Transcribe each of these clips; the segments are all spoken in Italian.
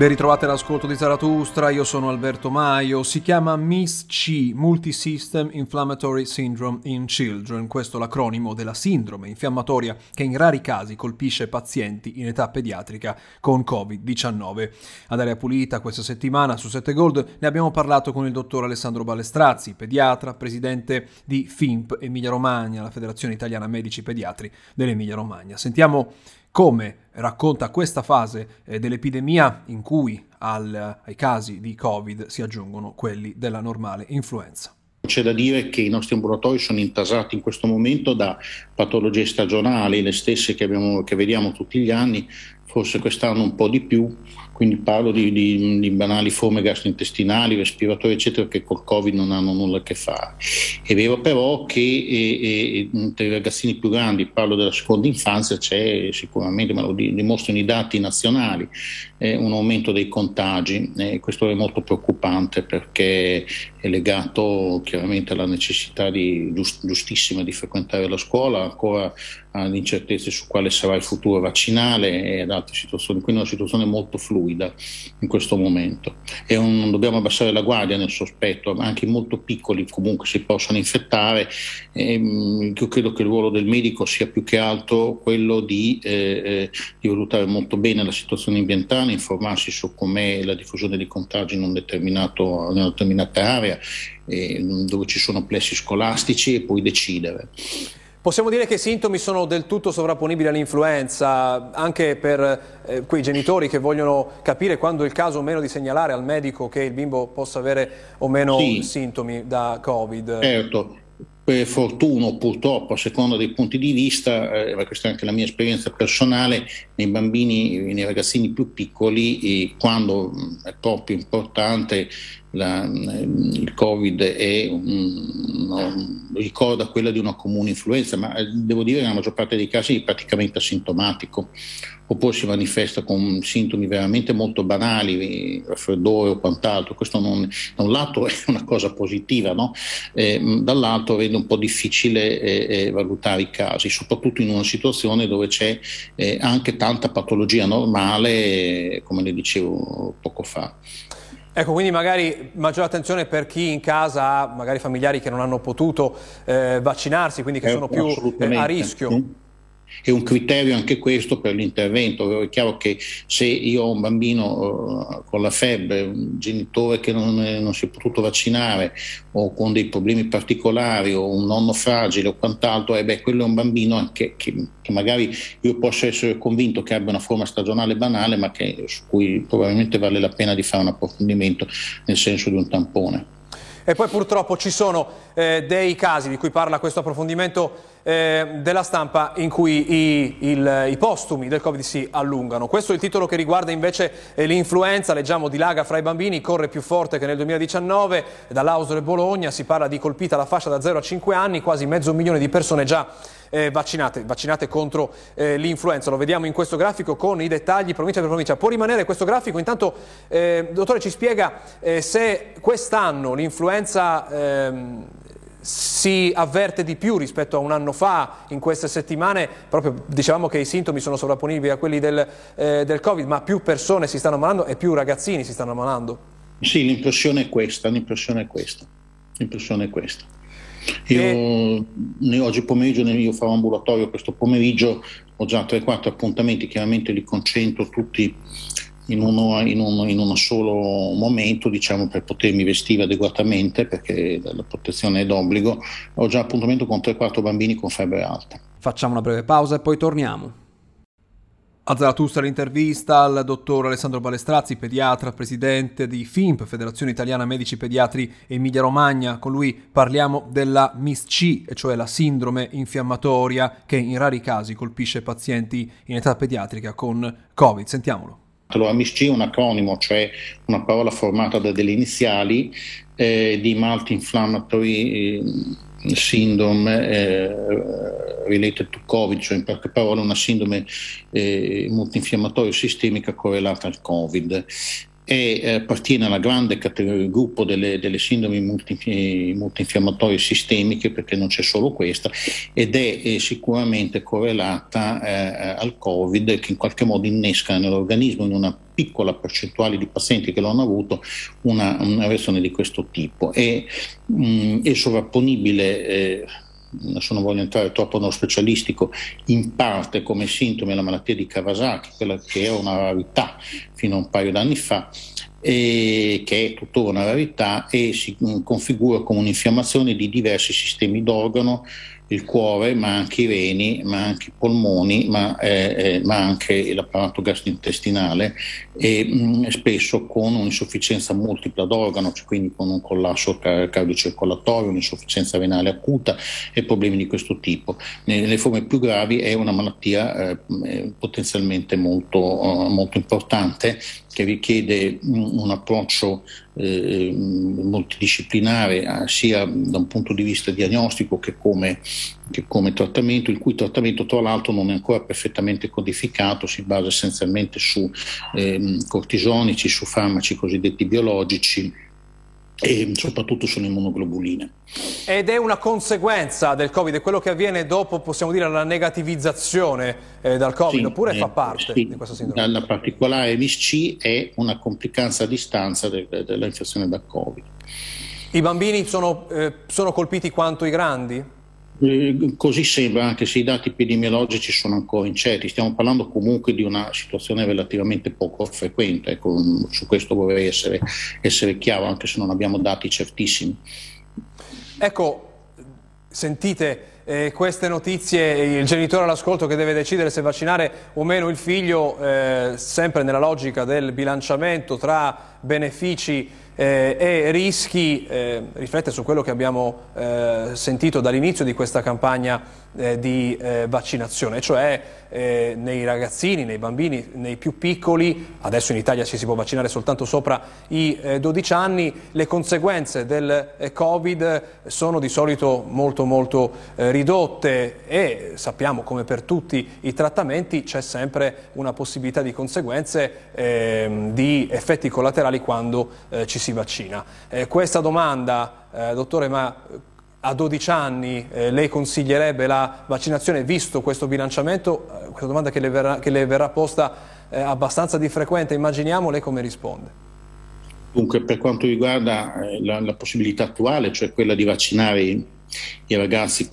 Ben ritrovate all'ascolto di Zarathustra, io sono Alberto Maio. Si chiama MIS-C, Multisystem Inflammatory Syndrome in Children, questo è l'acronimo della sindrome infiammatoria che in rari casi colpisce pazienti in età pediatrica con Covid-19. Ad Aria Pulita questa settimana su 7 Gold ne abbiamo parlato con il dottor Alessandro Balestrazzi, pediatra, presidente di FIMP Emilia Romagna, la Federazione Italiana Medici Pediatri dell'Emilia Romagna. Sentiamo come racconta questa fase dell'epidemia in cui ai casi di Covid si aggiungono quelli della normale influenza. C'è da dire che i nostri ambulatori sono intasati in questo momento da patologie stagionali, le stesse che vediamo tutti gli anni, forse quest'anno un po' di più, quindi parlo di banali forme gastrointestinali, respiratori eccetera, che col Covid non hanno nulla a che fare. È vero però che tra i ragazzini più grandi, parlo della seconda infanzia, c'è sicuramente, ma lo dimostrano i dati nazionali, un aumento dei contagi. Questo è molto preoccupante perché è legato chiaramente alla necessità giustissima di frequentare la scuola, ancora alle incertezze su quale sarà il futuro vaccinale e ad altre situazioni, quindi è una situazione molto fluida in questo momento. Non dobbiamo abbassare la guardia nel sospetto, anche molto piccoli comunque si possono infettare. Io credo che il ruolo del medico sia più che altro quello di valutare molto bene la situazione ambientale, informarsi su com'è la diffusione dei contagi in una determinata area, dove ci sono plessi scolastici, e poi decidere. Possiamo dire che i sintomi sono del tutto sovrapponibili all'influenza, anche per quei genitori che vogliono capire quando è il caso o meno di segnalare al medico che il bimbo possa avere o meno sintomi da Covid. Certo. Per fortuna o purtroppo, a seconda dei punti di vista, ma questa è anche la mia esperienza personale, nei bambini, nei ragazzini più piccoli, quando è proprio importante, il Covid ricorda quella di una comune influenza, ma devo dire che nella maggior parte dei casi è praticamente asintomatico, oppure si manifesta con sintomi veramente molto banali, raffreddore o quant'altro. Questo da un lato è una cosa positiva, no? Dall'altro rende un po' difficile valutare i casi, soprattutto in una situazione dove c'è anche tanta patologia normale, come le dicevo poco fa. Ecco, quindi magari maggiore attenzione per chi in casa ha magari familiari che non hanno potuto vaccinarsi, quindi che sono più a rischio. È un criterio anche questo per l'intervento. È chiaro che se io ho un bambino con la febbre, un genitore che non si è potuto vaccinare o con dei problemi particolari o un nonno fragile o quant'altro, quello è un bambino anche che magari io posso essere convinto che abbia una forma stagionale banale, ma su cui probabilmente vale la pena di fare un approfondimento nel senso di un tampone. E poi purtroppo ci sono dei casi di cui parla questo approfondimento della stampa in cui i postumi del Covid si allungano. Questo è il titolo che riguarda invece l'influenza. Leggiamo: dilaga fra i bambini, corre più forte che nel 2019. Dall'Ausere Bologna si parla di colpita la fascia da 0 a 5 anni, quasi 500.000 di persone già vaccinate contro l'influenza. Lo vediamo in questo grafico con i dettagli provincia per provincia. Può rimanere questo grafico? Intanto, dottore, ci spiega se quest'anno l'influenza si avverte di più rispetto a un anno fa. In queste settimane proprio dicevamo che i sintomi sono sovrapponibili a quelli del Covid, ma più persone si stanno ammalando e più ragazzini si stanno ammalando. Sì, l'impressione è questa. Io oggi pomeriggio io farò ambulatorio, questo pomeriggio ho già 3-4 appuntamenti, chiaramente li concentro tutti in uno solo momento, diciamo, per potermi vestire adeguatamente, perché la protezione è d'obbligo. Ho già appuntamento con 3-4 bambini con febbre alta. Facciamo una breve pausa e poi torniamo. A Zarathustra l'intervista al dottor Alessandro Balestrazzi, pediatra, presidente di FIMP, Federazione Italiana Medici Pediatri Emilia Romagna. Con lui parliamo della MIS-C, e cioè la sindrome infiammatoria che in rari casi colpisce pazienti in età pediatrica con Covid. Sentiamolo. Allora, MIS-C è un acronimo, cioè una parola formata da delle iniziali di Multi-Inflammatory Syndrome related to Covid, cioè in poche parole una sindrome multinfiammatoria sistemica correlata al Covid. Appartiene alla grande categoria, gruppo delle sindromi multinfiammatorie sistemiche, perché non c'è solo questa, ed è sicuramente correlata al Covid, che in qualche modo innesca nell'organismo, in una piccola percentuale di pazienti che lo hanno avuto una reazione di questo tipo. È sovrapponibile, adesso non voglio entrare troppo nello specialistico, in parte come sintomi alla malattia di Kawasaki, quella che era una rarità fino a un paio d'anni fa, che è tuttora una rarità, e si configura come un'infiammazione di diversi sistemi d'organo, il cuore, ma anche i reni, ma anche i polmoni, ma anche l'apparato gastrointestinale, e spesso con un'insufficienza multipla d'organo, cioè quindi con un collasso cardiocircolatorio, un'insufficienza renale acuta e problemi di questo tipo. Nelle forme più gravi è una malattia potenzialmente molto importante, che richiede un approccio multidisciplinare, sia da un punto di vista diagnostico che come trattamento, il cui trattamento tra l'altro non è ancora perfettamente codificato, si basa essenzialmente su cortisonici, su farmaci cosiddetti biologici e soprattutto sulle immunoglobuline. Ed è una conseguenza del Covid, è quello che avviene dopo, possiamo dire, la negativizzazione dal Covid, sì, oppure fa parte di questa sindrome? La particolare MIS-C è una complicanza a distanza dell'infezione da Covid. I bambini sono colpiti quanto i grandi? Così sembra, anche se i dati epidemiologici sono ancora incerti. Stiamo parlando comunque di una situazione relativamente poco frequente, ecco, su questo vorrei essere chiaro, anche se non abbiamo dati certissimi. Ecco, sentite queste notizie, il genitore all'ascolto che deve decidere se vaccinare o meno il figlio, sempre nella logica del bilanciamento tra benefici e rischi, riflette su quello che abbiamo sentito dall'inizio di questa campagna di vaccinazione, cioè nei ragazzini, nei bambini, nei più piccoli. Adesso in Italia ci si può vaccinare soltanto sopra i 12 anni, le conseguenze del Covid sono di solito molto ridotte, e sappiamo, come per tutti i trattamenti, c'è sempre una possibilità di conseguenze, di effetti collaterali quando ci si vaccina. Questa domanda, dottore, ma a 12 anni lei consiglierebbe la vaccinazione visto questo bilanciamento? Questa domanda che le verrà posta abbastanza di frequente, immaginiamo, lei come risponde? Dunque, per quanto riguarda la possibilità attuale, cioè quella di vaccinare i ragazzi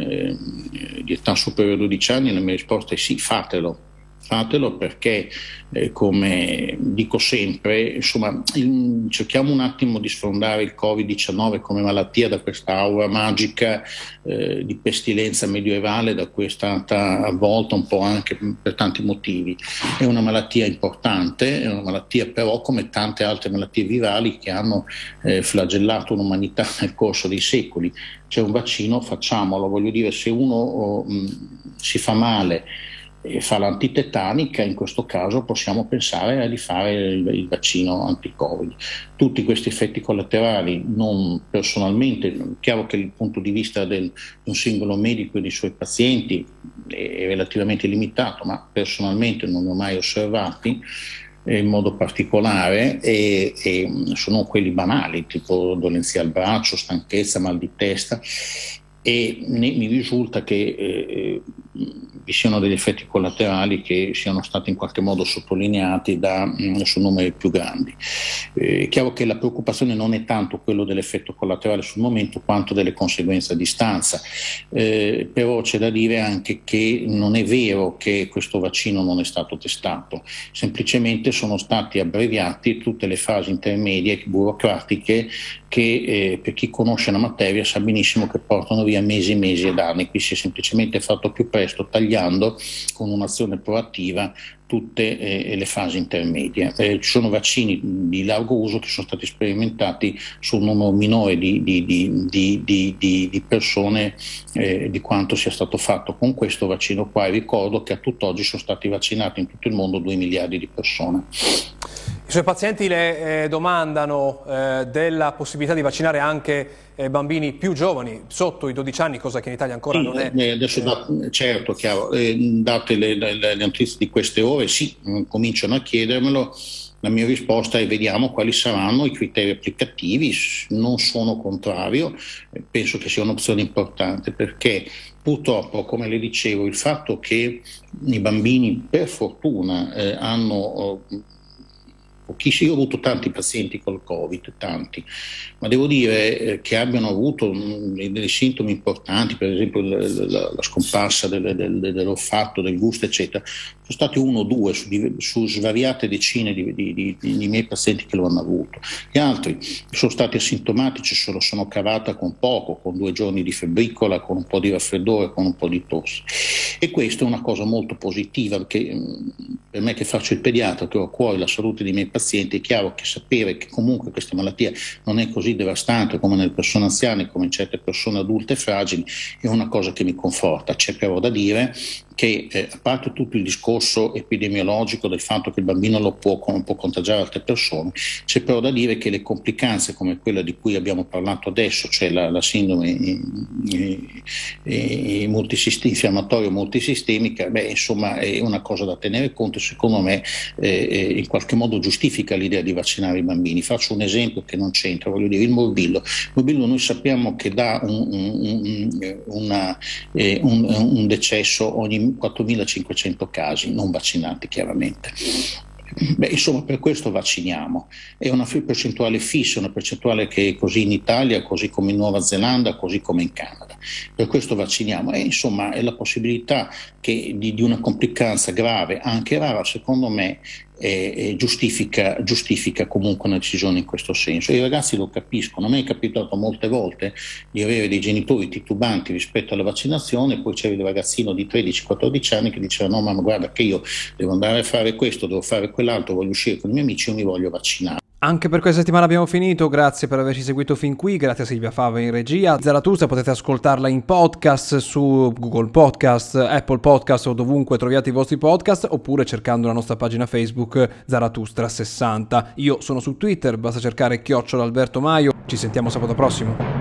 di età superiore a 12 anni, la mia risposta è sì, fatelo. Fatelo perché, come dico sempre, insomma, cerchiamo un attimo di sfondare il Covid-19 come malattia da questa aura magica di pestilenza medioevale da cui è stata avvolta un po' anche per tanti motivi. È una malattia importante, è una malattia però come tante altre malattie virali che hanno flagellato l'umanità nel corso dei secoli. C'è un vaccino, facciamolo. Voglio dire, se uno si fa male e fa l'antitetanica, in questo caso possiamo pensare di fare il vaccino anti-Covid. Tutti questi effetti collaterali, non personalmente, è chiaro che il punto di vista di un singolo medico e dei suoi pazienti è relativamente limitato, ma personalmente non ne ho mai osservati in modo particolare, e sono quelli banali, tipo dolenzia al braccio, stanchezza, mal di testa, e mi risulta che vi siano degli effetti collaterali che siano stati in qualche modo sottolineati su numeri più grandi. È chiaro che la preoccupazione non è tanto quello dell'effetto collaterale sul momento quanto delle conseguenze a distanza, però c'è da dire anche che non è vero che questo vaccino non è stato testato, semplicemente sono stati abbreviati tutte le fasi intermedie burocratiche che per chi conosce la materia sa benissimo che portano via mesi e mesi ed anni. Qui si è semplicemente fatto più presto, tagliando con un'azione proattiva tutte le fasi intermedie. Ci sono vaccini di largo uso che sono stati sperimentati su un numero minore di persone di quanto sia stato fatto con questo vaccino qua, e ricordo che a tutt'oggi sono stati vaccinati in tutto il mondo 2 miliardi di persone. I suoi pazienti le domandano della possibilità di vaccinare anche bambini più giovani, sotto i 12 anni, cosa che in Italia ancora non è. Adesso, certo, chiaro, date le notizie di queste ore, sì, cominciano a chiedermelo. La mia risposta è: vediamo quali saranno i criteri applicativi. Non sono contrario, penso che sia un'opzione importante, perché purtroppo, come le dicevo, il fatto che i bambini per fortuna hanno pochissimi. Io ho avuto tanti pazienti col Covid, tanti, ma devo dire che abbiano avuto dei sintomi importanti, per esempio la scomparsa dell'olfatto, del gusto, eccetera. Sono stati 1 o 2 su svariate decine di miei pazienti che lo hanno avuto. Gli altri sono stati asintomatici, se lo sono cavata con poco, con 2 giorni di febbricola, con un po' di raffreddore, con un po' di tosse. E questa è una cosa molto positiva, perché per me che faccio il pediatra, che ho a cuore la salute dei miei pazienti, è chiaro che sapere che comunque questa malattia non è così devastante come nelle persone anziane, come in certe persone adulte e fragili, è una cosa che mi conforta. C'è però da dire che a parte tutto il discorso epidemiologico del fatto che il bambino non può contagiare altre persone, c'è però da dire che le complicanze come quella di cui abbiamo parlato adesso, cioè la sindrome infiammatoria multisistemica, insomma è una cosa da tenere conto e secondo me in qualche modo giustifica l'idea di vaccinare i bambini. Faccio un esempio che non c'entra, voglio dire il morbillo. Il morbillo noi sappiamo che dà un decesso ogni 4.500 casi, non vaccinati chiaramente. Insomma, per questo vacciniamo. È una percentuale fissa, una percentuale che è così in Italia, così come in Nuova Zelanda, così come in Canada. Per questo vacciniamo. E insomma, è la possibilità di una complicanza grave, anche rara, secondo me, giustifica comunque una decisione in questo senso. E i ragazzi lo capiscono. A me è capitato molte volte di avere dei genitori titubanti rispetto alla vaccinazione, poi c'era il ragazzino di 13-14 anni che diceva: no mamma, guarda che io devo andare a fare questo, devo fare quell'altro, voglio uscire con i miei amici, io mi voglio vaccinare. Anche per questa settimana abbiamo finito, grazie per averci seguito fin qui, grazie a Silvia Fava in regia. Zarathustra potete ascoltarla in podcast su Google Podcast, Apple Podcast o dovunque troviate i vostri podcast, oppure cercando la nostra pagina Facebook Zarathustra 60. Io sono su Twitter, basta cercare @AlbertoMaio. Ci sentiamo sabato prossimo.